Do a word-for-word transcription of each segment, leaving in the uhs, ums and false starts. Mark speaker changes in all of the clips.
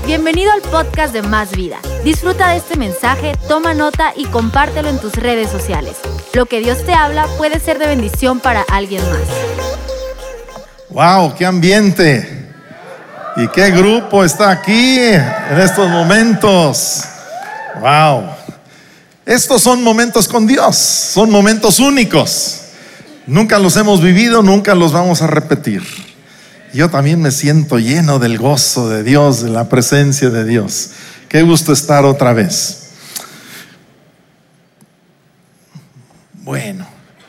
Speaker 1: Bienvenido al podcast de Más Vida. Disfruta de este mensaje, toma nota y compártelo en tus redes sociales. Lo que Dios te habla puede ser de bendición para alguien más.
Speaker 2: ¡Wow! ¡Qué ambiente! ¿Y qué grupo está aquí en estos momentos? ¡Wow! Estos son momentos con Dios, son momentos únicos. Nunca los hemos vivido, nunca los vamos a repetir. Yo también me siento lleno del gozo de Dios, de la presencia de Dios. Qué gusto estar otra vez. Bueno,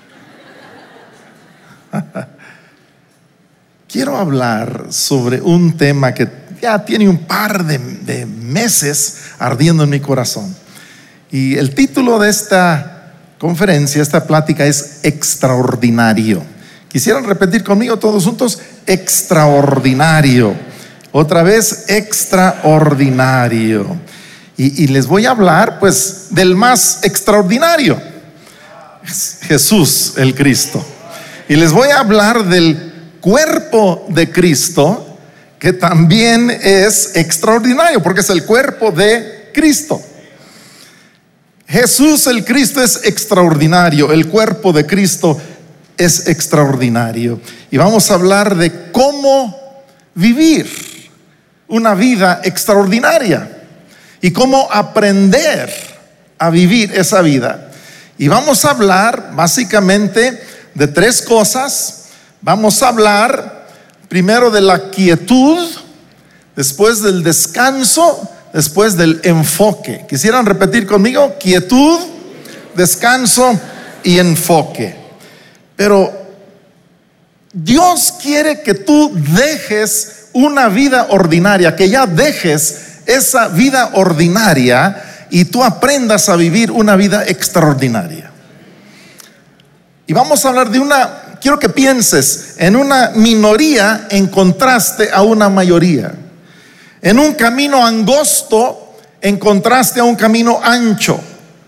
Speaker 2: quiero hablar sobre un tema que ya tiene un par de, de meses ardiendo en mi corazón. Y el título de esta conferencia, esta plática es Extraordinario. ¿Quisieran repetir conmigo todos juntos? Extraordinario. Otra vez, extraordinario. Y, y les voy a hablar pues del más extraordinario, Jesús el Cristo. Y les voy a hablar del cuerpo de Cristo, que también es extraordinario, porque es el cuerpo de Cristo. Jesús el Cristo es extraordinario, el cuerpo de Cristo es extraordinario. Y vamos a hablar de cómo vivir una vida extraordinaria y cómo aprender a vivir esa vida. Y vamos a hablar básicamente de tres cosas. Vamos a hablar primero de la quietud, después del descanso, después del enfoque. ¿Quisieran repetir conmigo? Quietud, descanso y enfoque. Pero Dios quiere que tú dejes una vida ordinaria, que ya dejes esa vida ordinaria y tú aprendas a vivir una vida extraordinaria. Y vamos a hablar de una, quiero que pienses en una minoría en contraste a una mayoría, en un camino angosto en contraste a un camino ancho,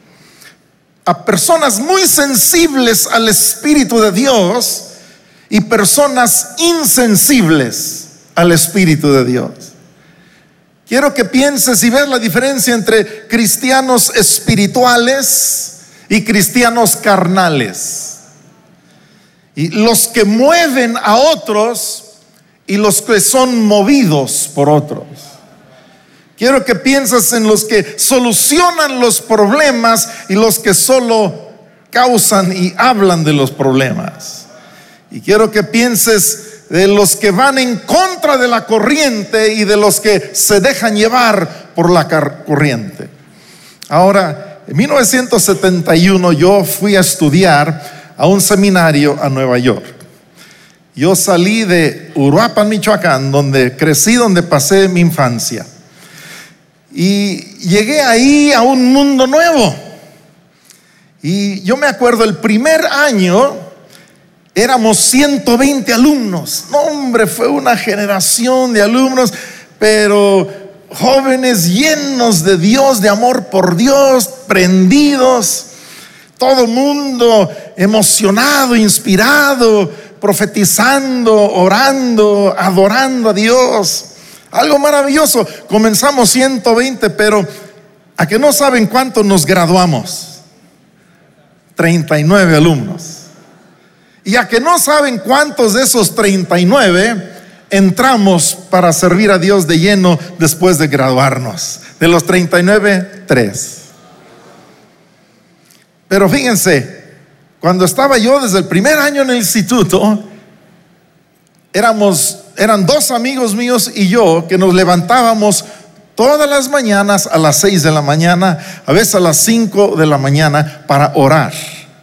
Speaker 2: a personas muy sensibles al Espíritu de Dios y personas insensibles al Espíritu de Dios. Quiero que pienses y veas la diferencia entre cristianos espirituales y cristianos carnales, y los que mueven a otros y los que son movidos por otros. Quiero que pienses en los que solucionan los problemas y los que solo causan y hablan de los problemas. Y quiero que pienses de los que van en contra de la corriente y de los que se dejan llevar por la corriente. Ahora, en mil novecientos setenta y uno yo fui a estudiar a un seminario a Nueva York. Yo salí de Uruapan, Michoacán, donde crecí, donde pasé mi infancia. Y llegué ahí a un mundo nuevo. Y yo me acuerdo, el primer año éramos ciento veinte alumnos. No, hombre, fue una generación de alumnos, pero jóvenes llenos de Dios, de amor por Dios, prendidos. Todo mundo emocionado, inspirado, profetizando, orando, adorando a Dios. Algo maravilloso. Comenzamos ciento veinte, pero ¿a que no saben cuántos nos graduamos? treinta y nueve alumnos. Y a que no saben cuántos de esos treinta y nueve entramos para servir a Dios de lleno después de graduarnos. De los treinta y nueve, tres. Pero fíjense, cuando estaba yo desde el primer año en el instituto, éramos Eran dos amigos míos y yo que nos levantábamos todas las mañanas a las seis de la mañana, a veces a las cinco de la mañana, para orar.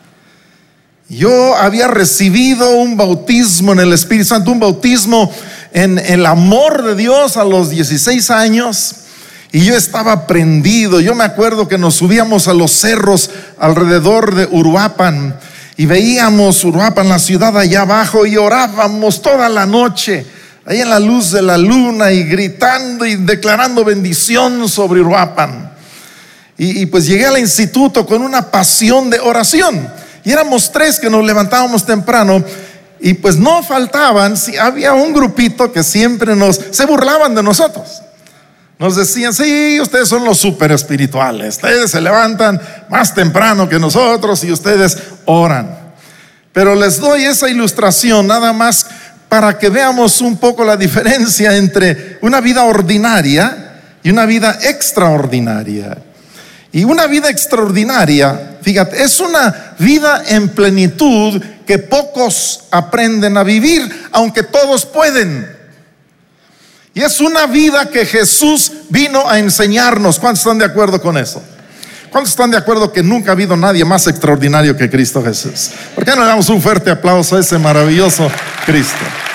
Speaker 2: Yo había recibido un bautismo en el Espíritu Santo, un bautismo en el amor de Dios a los dieciséis años, y yo estaba prendido. Yo me acuerdo que nos subíamos a los cerros alrededor de Uruapan y veíamos Uruapan, la ciudad allá abajo, y orábamos toda la noche ahí en la luz de la luna y gritando y declarando bendición sobre Uruapan. Y, y pues llegué al instituto con una pasión de oración. Y éramos tres que nos levantábamos temprano. Y pues no faltaban, si había un grupito que siempre nos, se burlaban de nosotros. Nos decían, sí, ustedes son los súper espirituales, ustedes se levantan más temprano que nosotros y ustedes oran. Pero les doy esa ilustración nada más para que veamos un poco la diferencia entre una vida ordinaria y una vida extraordinaria. Y una vida extraordinaria, fíjate, es una vida en plenitud que pocos aprenden a vivir, aunque todos pueden. Y es una vida que Jesús vino a enseñarnos. ¿Cuántos están de acuerdo con eso? ¿Cuántos están de acuerdo que nunca ha habido nadie más extraordinario que Cristo Jesús? ¿Por qué no le damos un fuerte aplauso a ese maravilloso Cristo?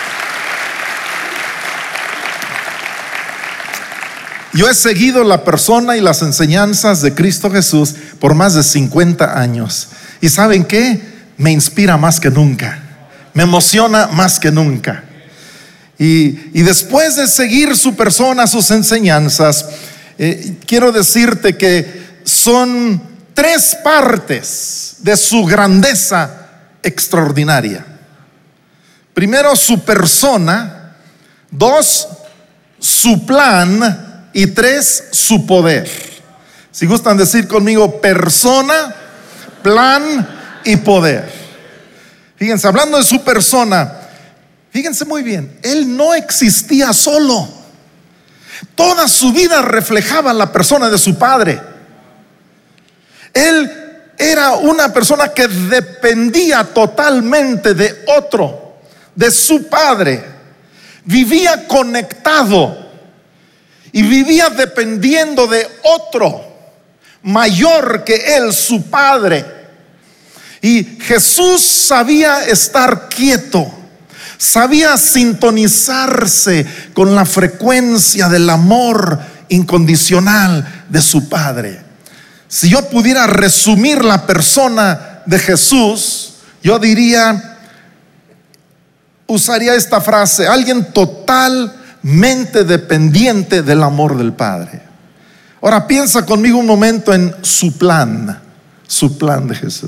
Speaker 2: Yo he seguido la persona y las enseñanzas de Cristo Jesús por más de cincuenta años. ¿Y saben qué? Me inspira más que nunca. Me emociona más que nunca. Y, y después de seguir su persona, sus enseñanzas, eh, quiero decirte que son tres partes de su grandeza extraordinaria. Primero, su persona. Dos, su plan. Y tres, su poder. Si gustan decir conmigo, persona, plan y poder. Fíjense, hablando de su persona, fíjense muy bien, Él no existía solo. Toda su vida reflejaba la persona de su Padre. Él era una persona que dependía totalmente de otro, de su Padre. Vivía conectado y vivía dependiendo de otro mayor que él, su Padre. Y Jesús sabía estar quieto, sabía sintonizarse con la frecuencia del amor incondicional de su Padre. Si yo pudiera resumir la persona de Jesús, yo diría, usaría esta frase: alguien totalmente dependiente del amor del Padre. Ahora piensa conmigo un momento en su plan, su plan de Jesús.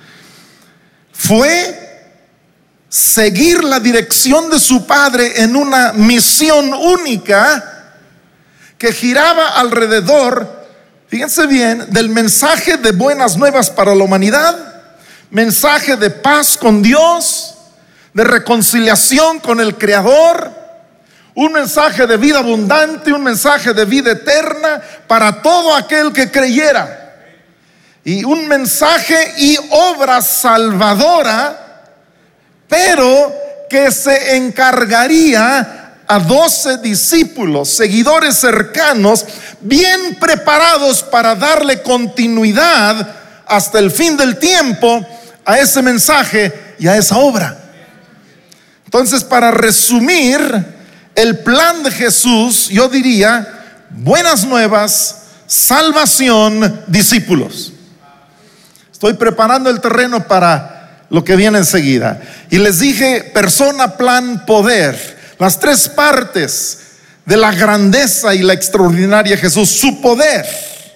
Speaker 2: Fue seguir la dirección de su Padre en una misión única que giraba alrededor, fíjense bien, del mensaje de buenas nuevas para la humanidad, mensaje de paz con Dios, de reconciliación con el Creador, un mensaje de vida abundante, un mensaje de vida eterna para todo aquel que creyera. Y un mensaje y obra salvadora, pero que se encargaría a doce discípulos, seguidores cercanos, bien preparados para darle continuidad hasta el fin del tiempo a ese mensaje y a esa obra. Entonces, para resumir el plan de Jesús, yo diría: buenas nuevas, salvación, discípulos. Estoy preparando el terreno para lo que viene enseguida. Y les dije: persona, plan, poder. Las tres partes de la grandeza y la extraordinaria Jesús. Su poder.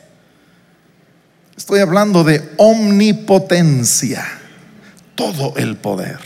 Speaker 2: Estoy hablando de omnipotencia. Todo el poder.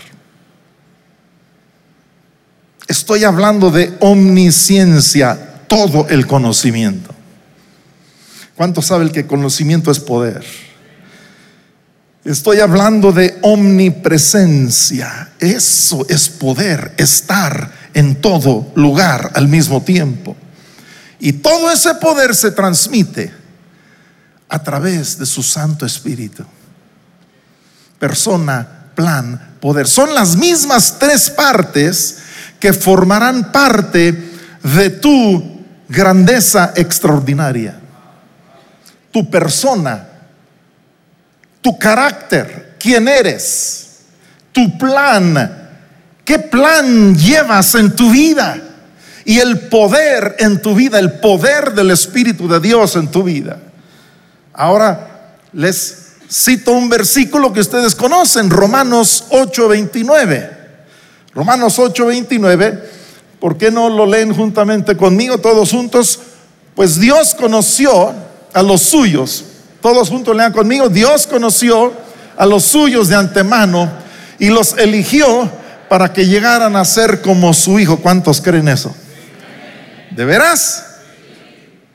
Speaker 2: Estoy hablando de omnisciencia. Todo el conocimiento. ¿Cuántos saben que conocimiento es poder? Estoy hablando de omnipresencia. Eso es poder, estar en todo lugar al mismo tiempo. Y todo ese poder se transmite a través de su Santo Espíritu. Persona, plan, poder. Son las mismas tres partes que formarán parte de tu grandeza extraordinaria. Tu persona, tu carácter, quién eres, tu plan, qué plan llevas en tu vida, y el poder en tu vida, el poder del Espíritu de Dios en tu vida. Ahora les cito un versículo que ustedes conocen, Romanos ocho veintinueve. Romanos ocho veintinueve, ¿por qué no lo leen juntamente conmigo, todos juntos? Pues Dios conoció a los suyos. Todos juntos lean conmigo: Dios conoció a los suyos de antemano y los eligió para que llegaran a ser como su Hijo. ¿Cuántos creen eso? ¿De veras?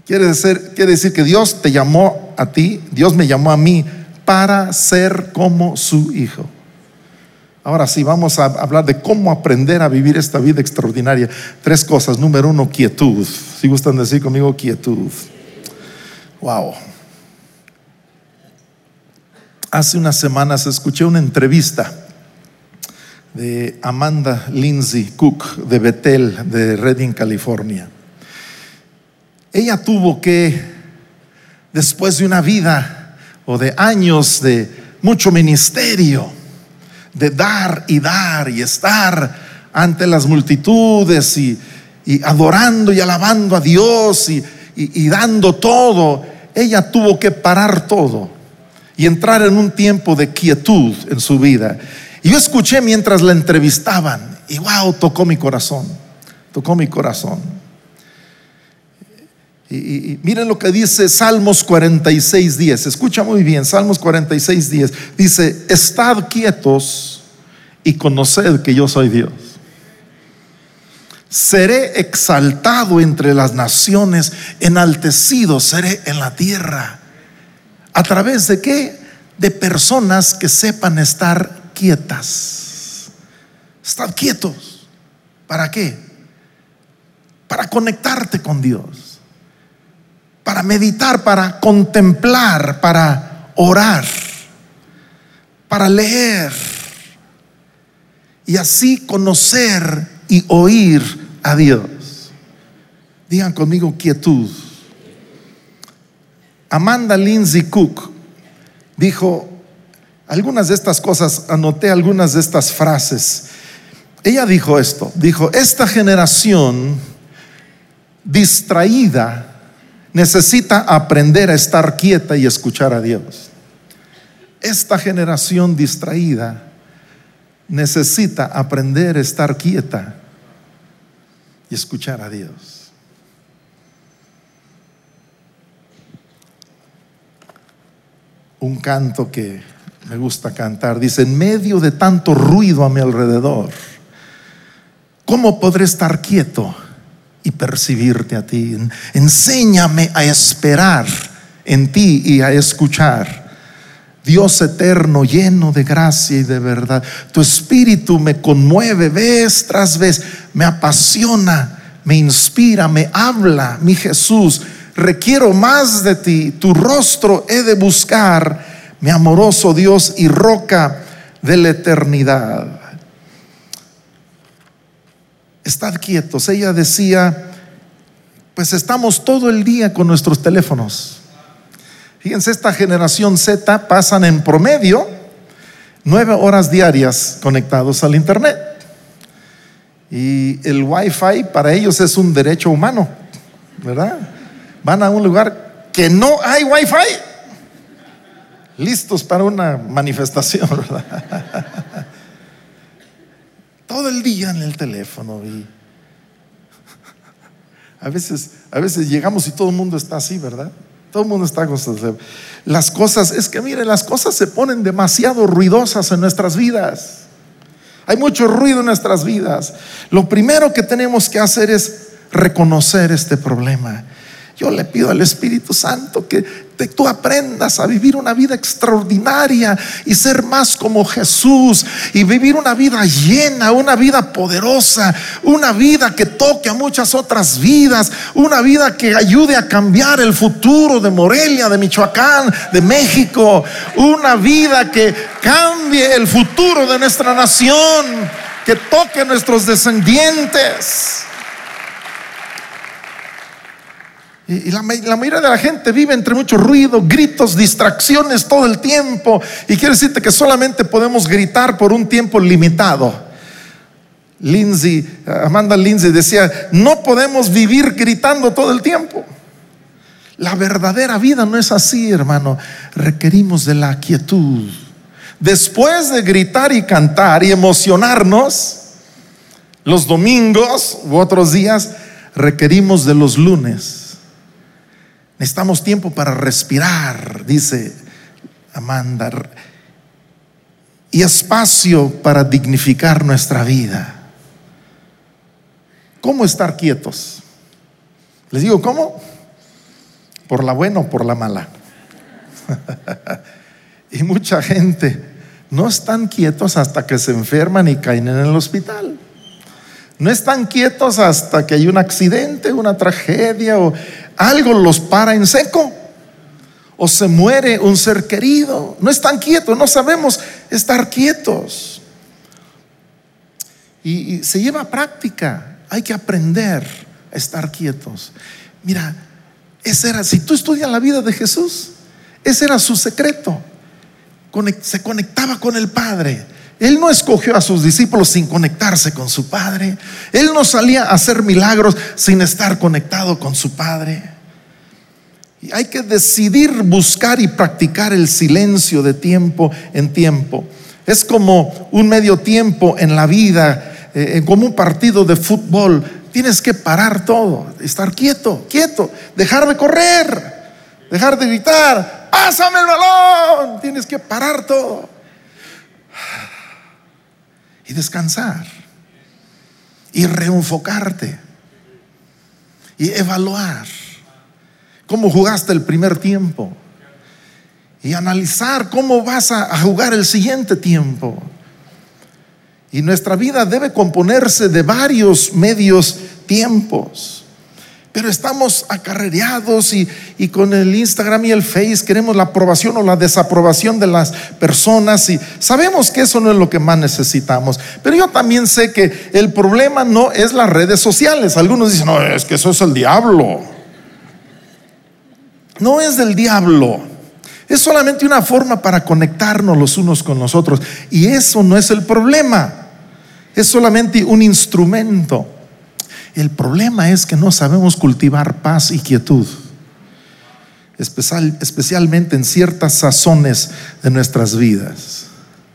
Speaker 2: Quiere decir, quiere decir que Dios te llamó a ti, Dios me llamó a mí para ser como su hijo. Ahora sí, vamos a hablar de cómo aprender a vivir esta vida extraordinaria. Tres cosas. Número uno, quietud. Si gustan decir conmigo, quietud. Wow. Hace unas semanas escuché una entrevista de Amanda Lindsay Cook de Bethel, de Redding, California. Ella tuvo que, después de una vida o de años de mucho ministerio, de dar y dar y estar ante las multitudes y, y adorando y alabando a Dios y, y, y dando todo, ella tuvo que parar todo y entrar en un tiempo de quietud en su vida. Y yo escuché mientras la entrevistaban y wow, tocó mi corazón, tocó mi corazón. Y, y, y miren lo que dice Salmos cuarenta y seis diez. Escucha muy bien, Salmos cuarenta y seis diez. Dice: estad quietos y conoced que yo soy Dios. Seré exaltado entre las naciones, enaltecido seré en la tierra. ¿A través de qué? De personas que sepan estar quietas. Estad quietos. ¿Para qué? Para conectarte con Dios, para meditar, para contemplar, para orar, para leer y así conocer y oír a Dios. Digan conmigo, quietud. Amanda Lindsay Cook dijo algunas de estas cosas, anoté algunas de estas frases. Ella dijo esto, dijo: esta generación distraída necesita aprender a estar quieta y escuchar a Dios. Esta generación distraída necesita aprender a estar quieta y escuchar a Dios. Un canto que me gusta cantar dice: en medio de tanto ruido a mi alrededor, ¿cómo podré estar quieto y percibirte a ti? Enséñame a esperar en ti y a escuchar. Dios eterno, lleno de gracia y de verdad, tu espíritu me conmueve vez tras vez, me apasiona, me inspira, me habla, mi Jesús. Requiero más de ti, tu rostro he de buscar, mi amoroso Dios y roca de la eternidad. Estad quietos. Ella decía, pues estamos todo el día con nuestros teléfonos. Fíjense, esta generación Z pasan en promedio nueve horas diarias conectados al internet. Y el Wi-Fi para ellos es un derecho humano, ¿verdad? Van a un lugar que no hay Wi-Fi, listos para una manifestación, ¿verdad? Todo el día en el teléfono. Y a veces, a veces llegamos y todo el mundo está así, ¿verdad? Todo el mundo está con las cosas. Es que mire, las cosas se ponen demasiado ruidosas en nuestras vidas. Hay mucho ruido en nuestras vidas. Lo primero que tenemos que hacer es reconocer este problema. Yo le pido al Espíritu Santo que te, tú aprendas a vivir una vida extraordinaria y ser más como Jesús y vivir una vida llena, una vida poderosa, una vida que toque a muchas otras vidas, una vida que ayude a cambiar el futuro de Morelia, de Michoacán, de México, una vida que cambie el futuro de nuestra nación, que toque a nuestros descendientes. Y la, la mayoría de la gente vive entre mucho ruido, gritos, distracciones todo el tiempo. Y quiero decirte que solamente podemos gritar por un tiempo limitado. Lindsay, Amanda Lindsay decía: no podemos vivir gritando todo el tiempo. La verdadera vida no es así, hermano. Requerimos de la quietud. Después de gritar y cantar y emocionarnos los domingos u otros días, requerimos de los lunes. Necesitamos tiempo para respirar, dice Amanda, y espacio para dignificar nuestra vida. ¿Cómo estar quietos? Les digo, ¿cómo? ¿Por la buena o por la mala? Y mucha gente no están quietos hasta que se enferman y caen en el hospital. No están quietos hasta que hay un accidente, una tragedia o algo los para en seco, o se muere un ser querido. No están quietos, no sabemos estar quietos. Y, y se lleva a práctica. Hay que aprender a estar quietos. Mira, ese era, si tú estudias la vida de Jesús, ese era su secreto. Se conectaba con el Padre. Él no escogió a sus discípulos sin conectarse con su Padre. Él no salía a hacer milagros sin estar conectado con su Padre. Y hay que decidir buscar y practicar el silencio de tiempo en tiempo. Es como un medio tiempo en la vida, eh, como un partido de fútbol. Tienes que parar todo, estar quieto, quieto, dejar de correr, dejar de gritar, pásame el balón. Tienes que parar todo y descansar y reenfocarte y evaluar cómo jugaste el primer tiempo y analizar cómo vas a jugar el siguiente tiempo. Y nuestra vida debe componerse de varios medios tiempos, pero estamos acarreados y, y con el Instagram y el Face queremos la aprobación o la desaprobación de las personas, y sabemos que eso no es lo que más necesitamos. Pero yo también sé que el problema no es las redes sociales. Algunos dicen, no, es que eso es el diablo. No es del diablo, es solamente una forma para conectarnos los unos con los otros, y eso no es el problema. Es solamente un instrumento. El problema es que no sabemos cultivar paz y quietud, especial, especialmente en ciertas sazones de nuestras vidas.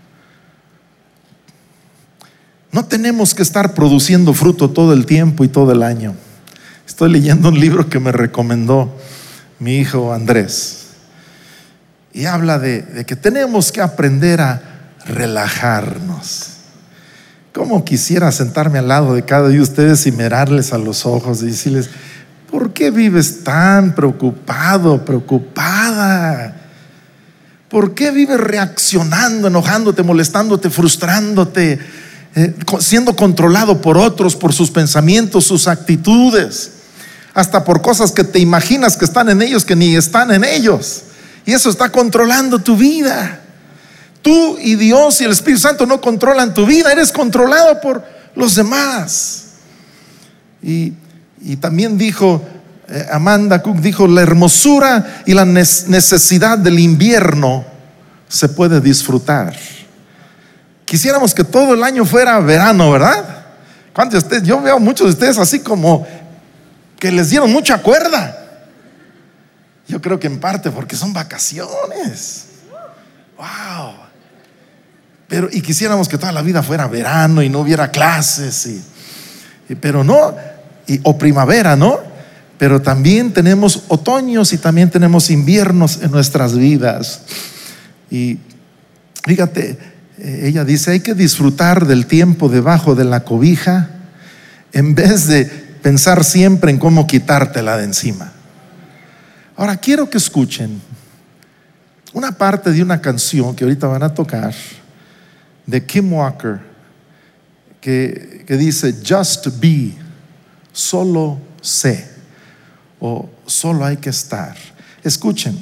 Speaker 2: No tenemos que estar produciendo fruto todo el tiempo y todo el año. Estoy leyendo un libro que me recomendó mi hijo Andrés, y habla de, de que tenemos que aprender a relajarnos. Cómo quisiera sentarme al lado de cada uno de ustedes y mirarles a los ojos y decirles, ¿por qué vives tan preocupado, preocupada? ¿Por qué vives reaccionando, enojándote, molestándote, frustrándote, eh, siendo controlado por otros, por sus pensamientos, sus actitudes, hasta por cosas que te imaginas que están en ellos, que ni están en ellos? Y eso está controlando tu vida. Tú y Dios y el Espíritu Santo no controlan tu vida, eres controlado por los demás. Y, y también dijo, eh, Amanda Cook dijo, la hermosura y la necesidad del invierno se puede disfrutar. Quisiéramos que todo el año fuera verano, ¿verdad? ¿Cuántos de ustedes? Yo veo a muchos de ustedes así como que les dieron mucha cuerda. Yo creo que en parte porque son vacaciones. Wow. Pero y quisiéramos que toda la vida fuera verano y no hubiera clases y, y, pero no y, o primavera, ¿no? Pero también tenemos otoños y también tenemos inviernos en nuestras vidas. Y fíjate, eh, ella dice, hay que disfrutar del tiempo debajo de la cobija en vez de pensar siempre en cómo quitártela de encima. Ahora quiero que escuchen una parte de una canción que ahorita van a tocar, de Kim Walker, que, que dice, just be, solo sé, o solo hay que estar. Escuchen.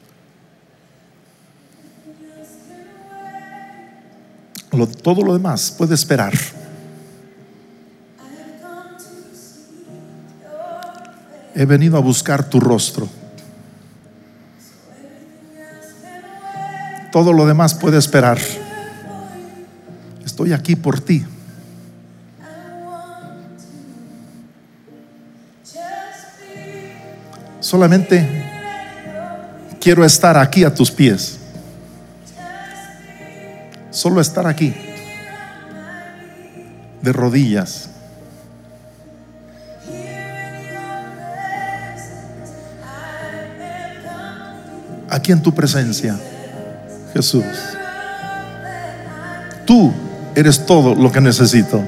Speaker 2: Lo, todo lo demás puede esperar. He venido a buscar tu rostro. Todo lo demás puede esperar. Estoy aquí por ti. Solamente quiero estar aquí a tus pies. Solo estar aquí, de rodillas. Aquí en tu presencia, Jesús. Tú eres todo lo que necesito.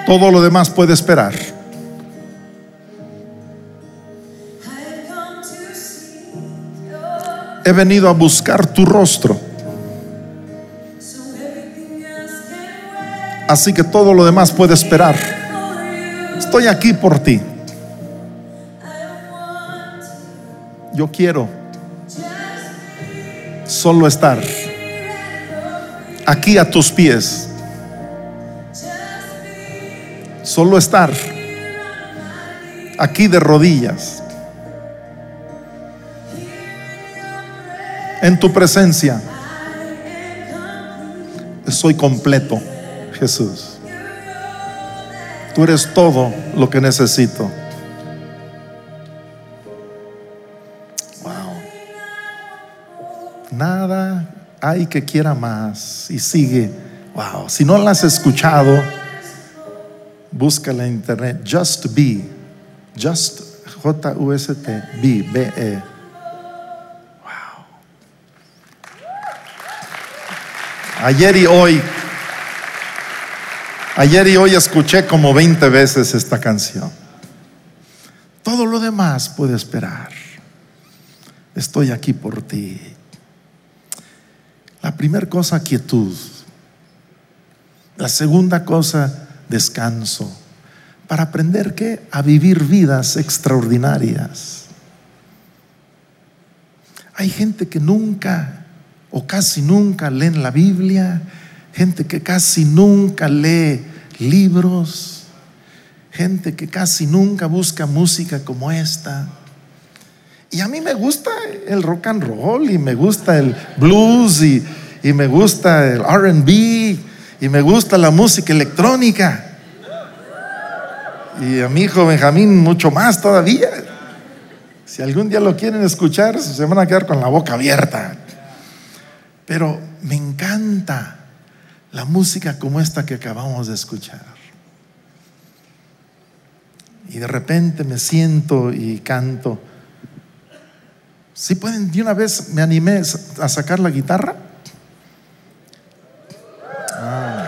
Speaker 2: Todo lo demás puede esperar. He venido a buscar tu rostro. Así que todo lo demás puede esperar. Estoy aquí por ti. Yo quiero solo estar aquí a tus pies. Solo estar aquí de rodillas en tu presencia. Soy completo, Jesús. Tú eres todo lo que necesito. Wow. Nada hay que quiera más. Y sigue. Wow. Si no la has escuchado, búscala en internet. Just Be. Just, J U S T, Be, B E. Wow. Ayer y hoy, ayer y hoy escuché como veinte veces esta canción. Todo lo demás puede esperar. Estoy aquí por ti. La primera cosa, quietud. La segunda cosa, descanso, para aprender ¿qué? A vivir vidas extraordinarias. Hay gente que nunca o casi nunca leen la Biblia, gente que casi nunca lee libros, gente que casi nunca busca música como esta. Y a mí me gusta el rock and roll, y me gusta el blues, y, y me gusta el R and B, y me gusta la música electrónica. Y a mi hijo Benjamín mucho más todavía. Si algún día lo quieren escuchar, se van a quedar con la boca abierta. Pero me encanta la música como esta que acabamos de escuchar. Y de repente me siento y canto. Si pueden, de una vez me animé a sacar la guitarra. Ah.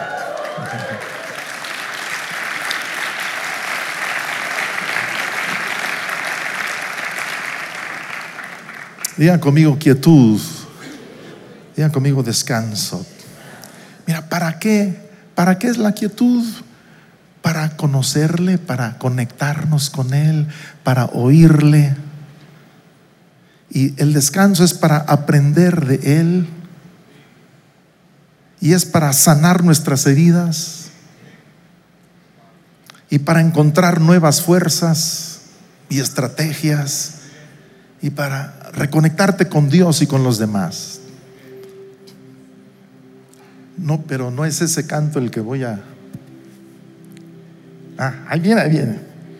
Speaker 2: Digan conmigo quietud. Digan conmigo descanso. Mira, ¿para qué? ¿Para qué es la quietud? Para conocerle, para conectarnos con Él, para oírle. Y el descanso es para aprender de Él. Y es para sanar nuestras heridas. Y para encontrar nuevas fuerzas y estrategias. Y para reconectarte con Dios y con los demás. No, pero no es ese canto el que voy a... Ah, ahí viene, ahí viene.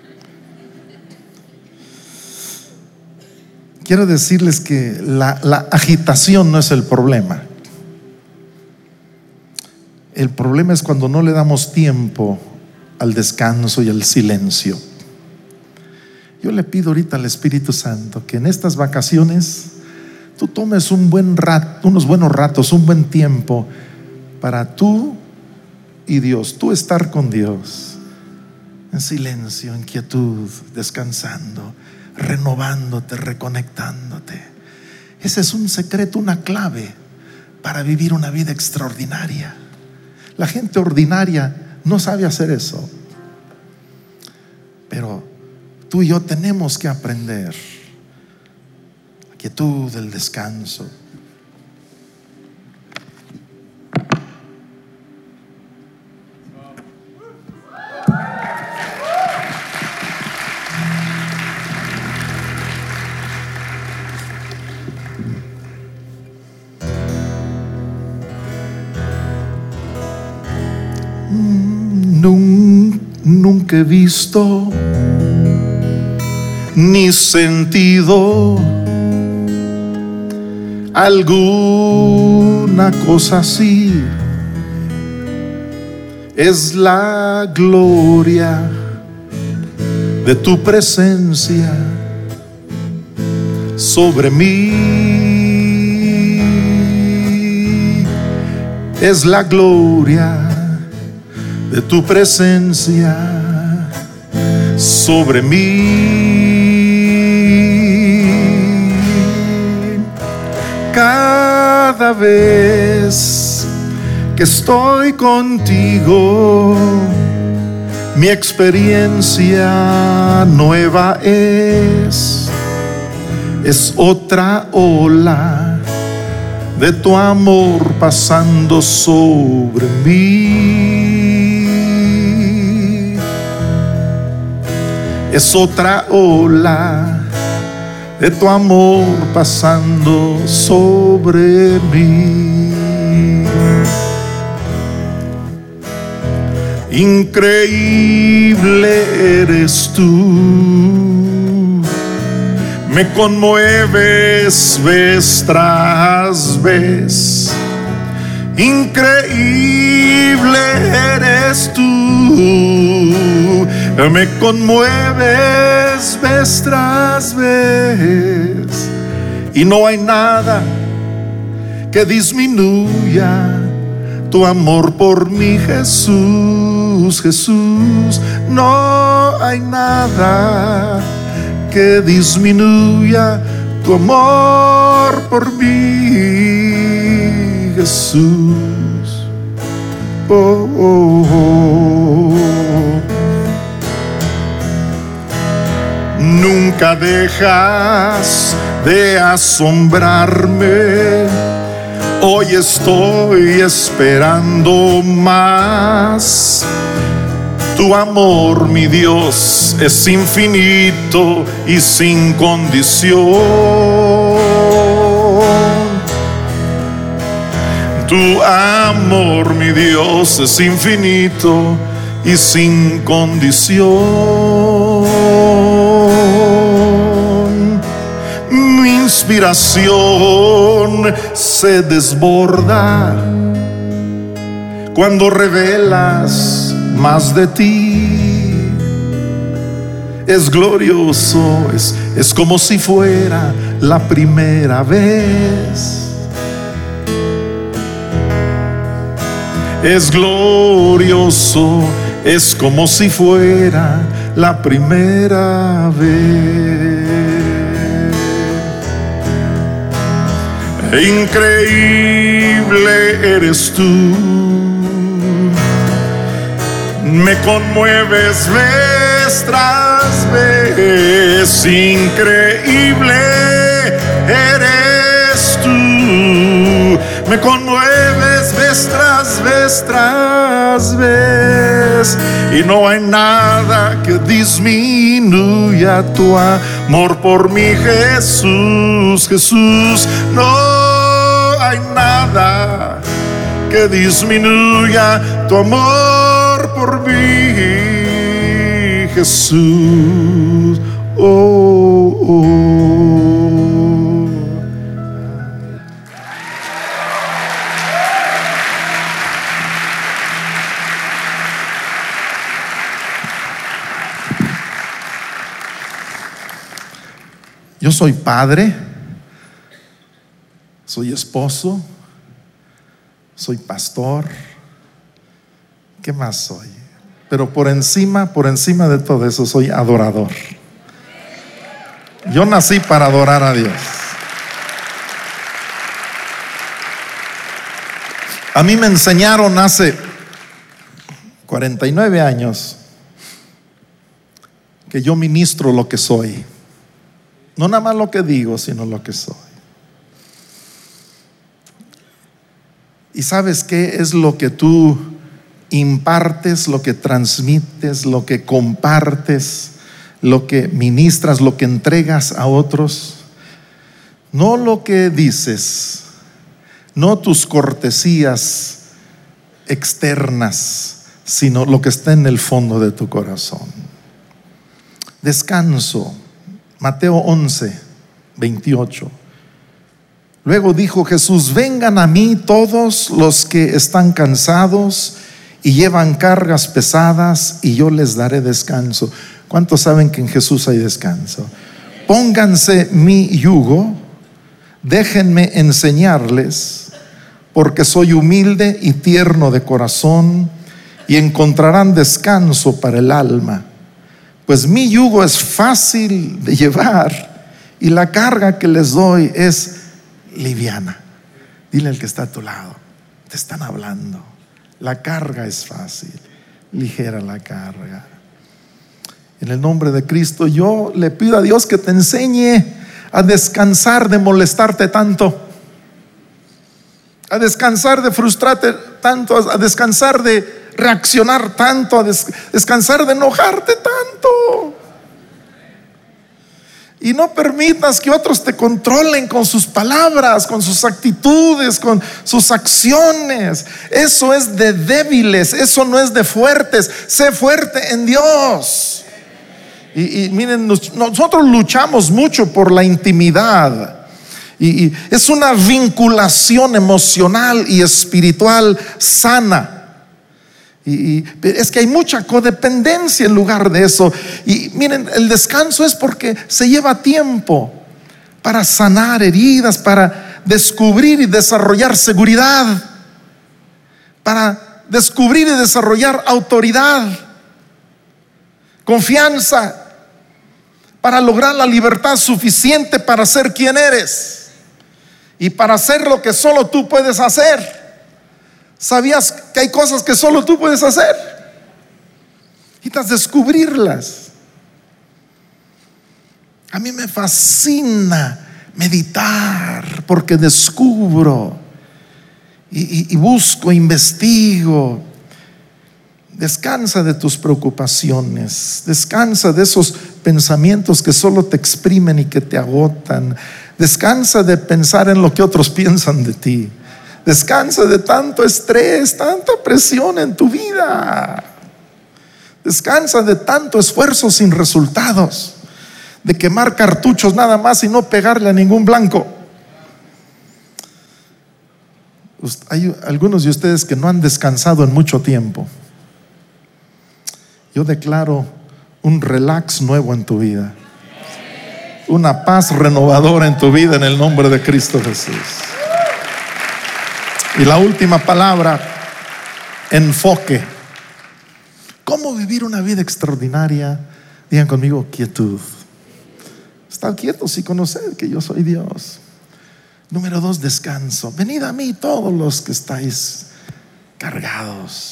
Speaker 2: Quiero decirles que la, la agitación no es el problema. El problema es cuando no le damos tiempo al descanso y al silencio. Yo le pido ahorita al Espíritu Santo que en estas vacaciones tú tomes un buen rato, unos buenos ratos, un buen tiempo para tú y Dios, tú estar con Dios en silencio, en quietud, descansando, renovándote, reconectándote. Ese es un secreto, una clave para vivir una vida extraordinaria. La gente ordinaria no sabe hacer eso, pero tú y yo tenemos que aprender la quietud, el descanso. Nunca he visto ni sentido alguna cosa así. Es la gloria de tu presencia sobre mí. Es la gloria de tu presencia sobre mí. Cada vez que estoy contigo, mi experiencia nueva es, es otra ola de tu amor pasando sobre mí. Es otra ola de tu amor pasando sobre mí. Increíble eres tú, me conmueves vez tras vez. Increíble eres tú, me conmueves vez tras vez. Y no hay nada que disminuya tu amor por mí, Jesús, Jesús. No hay nada que disminuya tu amor por mí, Jesús. Oh, oh, oh. Nunca dejas de asombrarme. Hoy estoy esperando más. Tu amor, mi Dios, es infinito y sin condición. Tu amor, mi Dios, es infinito y sin condición. Mi inspiración se desborda cuando revelas más de ti. Es glorioso, es, es como si fuera la primera vez. Es glorioso, es como si fuera la primera vez. Increíble eres tú, me conmueves vez tras vez. Increíble eres tú, me conmueves vez tras vez tras vez. Y no hay nada que disminuya tu amor por mí, Jesús, Jesús. No hay nada que disminuya tu amor por mí, Jesús. Oh, oh. Yo soy padre, soy esposo, soy pastor. ¿Qué más soy? Pero por encima, por encima de todo eso, soy adorador. Yo nací para adorar a Dios. A mí me enseñaron hace cuarenta y nueve años que yo ministro lo que soy. No nada más lo que digo, sino lo que soy. ¿Y sabes qué es lo que tú impartes, lo que transmites, lo que compartes, lo que ministras, lo que entregas a otros? No lo que dices, no tus cortesías externas, sino lo que está en el fondo de tu corazón. Descanso. Mateo once, veintiocho. Luego dijo Jesús: vengan a mí todos los que están cansados y llevan cargas pesadas, y yo les daré descanso. ¿Cuántos saben que en Jesús hay descanso? Pónganse mi yugo, déjenme enseñarles, porque soy humilde y tierno de corazón, y encontrarán descanso para el alma, pues mi yugo es fácil de llevar y la carga que les doy es liviana. Dile al que está a tu lado, te están hablando. La carga es fácil, ligera la carga. En el nombre de Cristo, yo le pido a Dios que te enseñe a descansar de molestarte tanto, a descansar de frustrarte tanto, a descansar de reaccionar tanto, a des- descansar de enojarte tanto. Y no permitas que otros te controlen con sus palabras, con sus actitudes, con sus acciones. Eso es de débiles, eso no es de fuertes. Sé fuerte en Dios. Y, y miren, nos- nosotros luchamos mucho por la intimidad. Y, y es una vinculación emocional y espiritual sana. Y, y es que hay mucha codependencia en lugar de eso. Y miren, el descanso es porque se lleva tiempo para sanar heridas, para descubrir y desarrollar seguridad, para descubrir y desarrollar autoridad, confianza, para lograr la libertad suficiente para ser quien eres y para hacer lo que solo tú puedes hacer. ¿Sabías que hay cosas que solo tú puedes hacer? Necesitas descubrirlas. A mí me fascina meditar porque descubro y, y, y busco, investigo. Descansa de tus preocupaciones, descansa de esos pensamientos que solo te exprimen y que te agotan. Descansa de pensar en lo que otros piensan de ti. Descansa de tanto estrés, tanta presión en tu vida. Descansa de tanto esfuerzo sin resultados, de quemar cartuchos nada más y no pegarle a ningún blanco. Hay algunos de ustedes que no han descansado en mucho tiempo. Yo declaro un relax nuevo en tu vida, una paz renovadora en tu vida en el nombre de Cristo Jesús. Y la última palabra, enfoque. ¿Cómo vivir una vida extraordinaria? Digan conmigo, quietud. Estar quietos y conocer que yo soy Dios. Número dos, descanso. Venid a mí todos los que estáis cargados.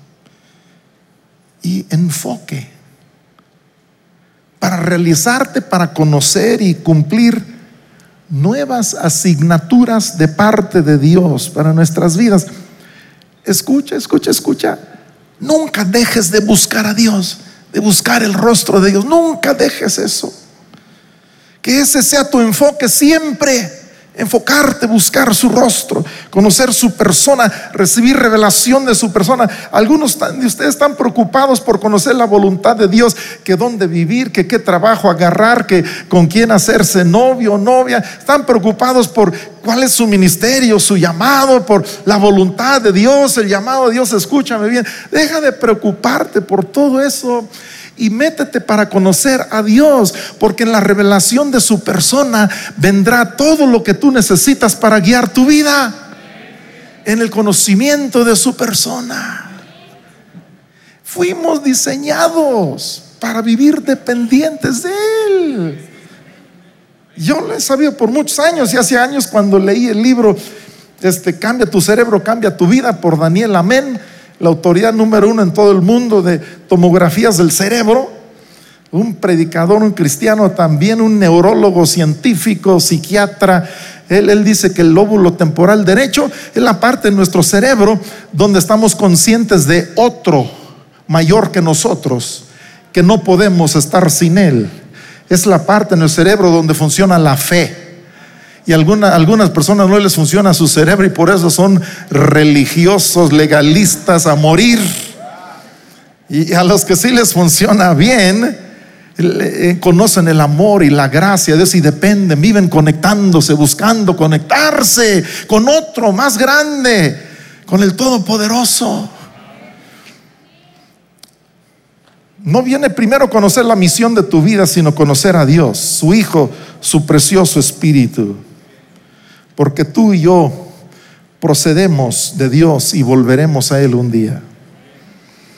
Speaker 2: Y enfoque para realizarte, para conocer y cumplir nuevas asignaturas de parte de Dios para nuestras vidas. Escucha, escucha, escucha. Nunca dejes de buscar a Dios, de buscar el rostro de Dios. Nunca dejes eso. Que ese sea tu enfoque siempre. Enfocarte, buscar su rostro, conocer su persona, recibir revelación de su persona. Algunos de ustedes están preocupados por conocer la voluntad de Dios, que dónde vivir, que qué trabajo agarrar, que con quién hacerse novio o novia. Están preocupados por cuál es su ministerio, su llamado, por la voluntad de Dios, el llamado de Dios. Escúchame bien, deja de preocuparte por todo eso y métete para conocer a Dios, porque en la revelación de su persona vendrá todo lo que tú necesitas para guiar tu vida. En el conocimiento de su persona. Fuimos diseñados para vivir dependientes de Él. Yo lo he sabido por muchos años, y hace años cuando leí el libro este, Cambia tu cerebro, cambia tu vida, por Daniel Amen, la autoridad número uno en todo el mundo de tomografías del cerebro, un predicador, un cristiano, también un neurólogo, científico, psiquiatra. Él, él dice que el lóbulo temporal derecho es la parte de nuestro cerebro donde estamos conscientes de otro mayor que nosotros, que no podemos estar sin él. Es la parte en el cerebro donde funciona la fe. Y alguna, algunas personas no les funciona su cerebro y por eso son religiosos, legalistas a morir. Y a los que sí les funciona bien, eh, conocen el amor y la gracia de Dios y dependen, viven conectándose, buscando conectarse con otro más grande, con el Todopoderoso. No viene primero conocer la misión de tu vida, sino conocer a Dios, su Hijo, su precioso Espíritu. Porque tú y yo procedemos de Dios y volveremos a Él un día.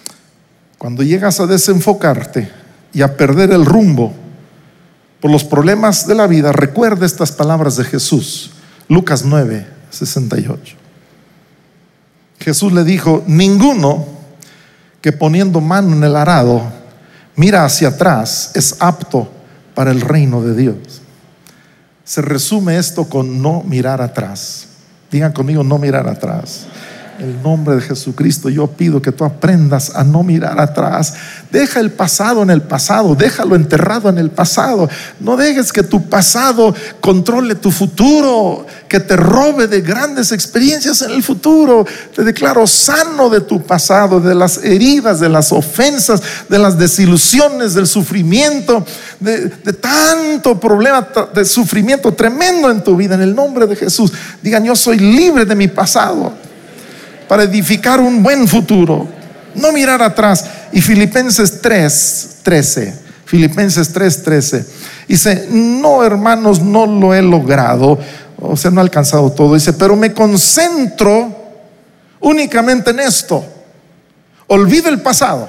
Speaker 2: Cuando llegas a desenfocarte y a perder el rumbo por los problemas de la vida, recuerda estas palabras de Jesús. Lucas nueve, sesenta y ocho. Jesús le dijo: ninguno que poniendo mano en el arado mira hacia atrás es apto para el reino de Dios. Se resume esto con no mirar atrás. Digan conmigo: no mirar atrás. En el nombre de Jesucristo yo pido que tú aprendas a no mirar atrás. Deja el pasado en el pasado, déjalo enterrado en el pasado. No dejes que tu pasado controle tu futuro, que te robe de grandes experiencias en el futuro. Te declaro sano de tu pasado, de las heridas, de las ofensas, de las desilusiones, del sufrimiento, de, de tanto problema, de sufrimiento tremendo en tu vida. En el nombre de Jesús, digan: yo soy libre de mi pasado para edificar un buen futuro, no mirar atrás. Y Filipenses tres, trece, Filipenses tres, trece dice: no, hermanos, no lo he logrado, o sea, no he alcanzado todo. Dice: pero me concentro únicamente en esto, olvido el pasado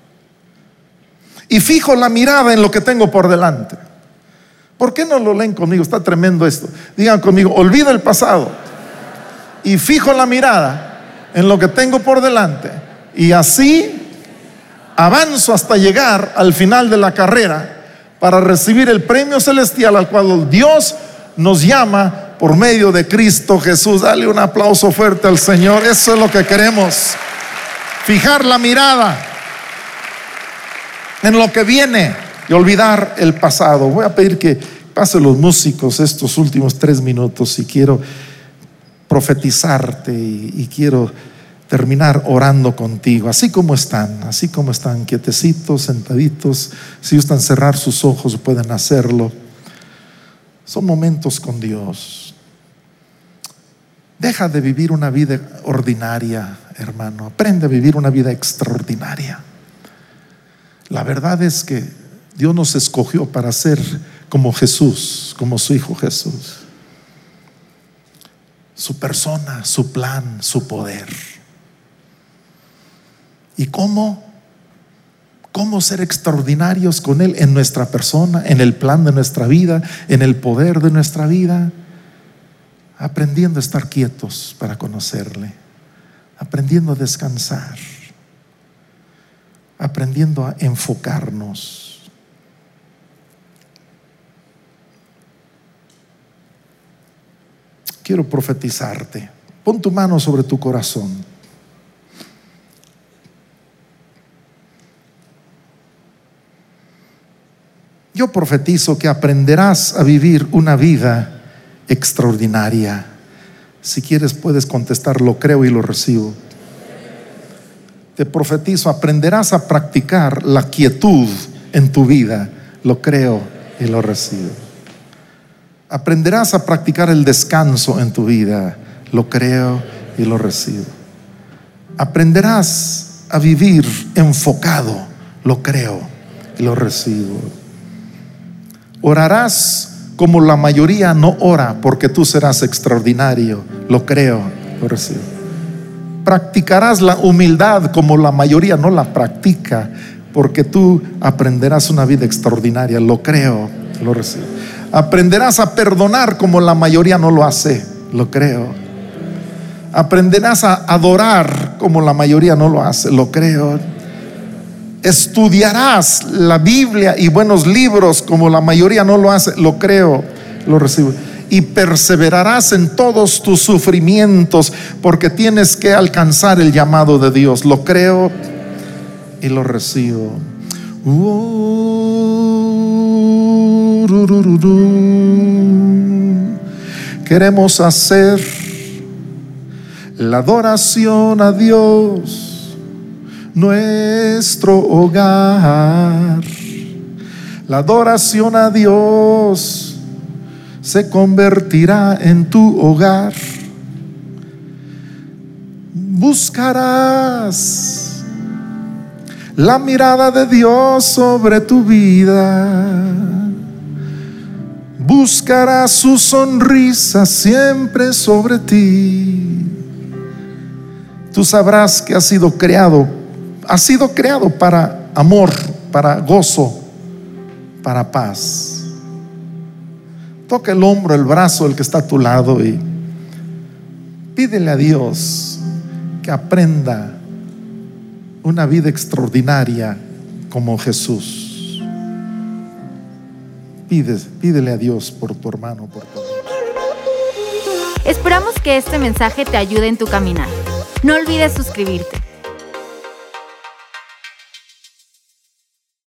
Speaker 2: y fijo la mirada en lo que tengo por delante. ¿Por qué no lo leen conmigo? Está tremendo esto. Digan conmigo: olvido el pasado y fijo la mirada en lo que tengo por delante, y así avanzo hasta llegar al final de la carrera para recibir el premio celestial al cual Dios nos llama por medio de Cristo Jesús. Dale un aplauso fuerte al Señor. Eso es lo que queremos, fijar la mirada en lo que viene y olvidar el pasado. Voy a pedir que pasen los músicos estos últimos tres minutos y quiero profetizarte y, y quiero terminar orando contigo. Así como están, así como están, quietecitos, sentaditos. Si gustan cerrar sus ojos, pueden hacerlo. Son momentos con Dios. Deja de vivir una vida ordinaria, hermano. Aprende a vivir una vida extraordinaria. La verdad es que Dios nos escogió para ser como Jesús, como su Hijo Jesús. Su persona, su plan, su poder. ¿Y cómo? ¿Cómo ser extraordinarios con Él en nuestra persona, en el plan de nuestra vida, en el poder de nuestra vida? Aprendiendo a estar quietos para conocerle, aprendiendo a descansar, aprendiendo a enfocarnos. Quiero profetizarte. Pon tu mano sobre tu corazón. Yo profetizo que aprenderás a vivir una vida extraordinaria. Si quieres puedes contestar: lo creo y lo recibo. Te profetizo: aprenderás a practicar la quietud en tu vida. Lo creo y lo recibo. Aprenderás a practicar el descanso en tu vida. Lo creo y lo recibo. Aprenderás a vivir enfocado. Lo creo y lo recibo. Orarás como la mayoría no ora, porque tú serás extraordinario. Lo creo, lo recibo. Practicarás la humildad como la mayoría no la practica, porque tú aprenderás una vida extraordinaria. Lo creo, lo recibo. Aprenderás a perdonar como la mayoría no lo hace. Lo creo. Aprenderás a adorar como la mayoría no lo hace. Lo creo. Estudiarás la Biblia y buenos libros como la mayoría no lo hace. Lo creo, lo recibo. Y perseverarás en todos tus sufrimientos, porque tienes que alcanzar el llamado de Dios. Lo creo y lo recibo. Queremos hacer la adoración a Dios nuestro hogar. La adoración a Dios se convertirá en tu hogar. Buscarás la mirada de Dios sobre tu vida. Buscarás su sonrisa siempre sobre ti. Tú sabrás que has sido creado has sido creado para amor, para gozo, para paz. Toca el hombro, el brazo del que está a tu lado y pídele a Dios que aprenda una vida extraordinaria como Jesús. Pide, pídele a Dios por tu hermano, por tu amigo.
Speaker 1: Esperamos que este mensaje te ayude en tu caminar. No olvides suscribirte.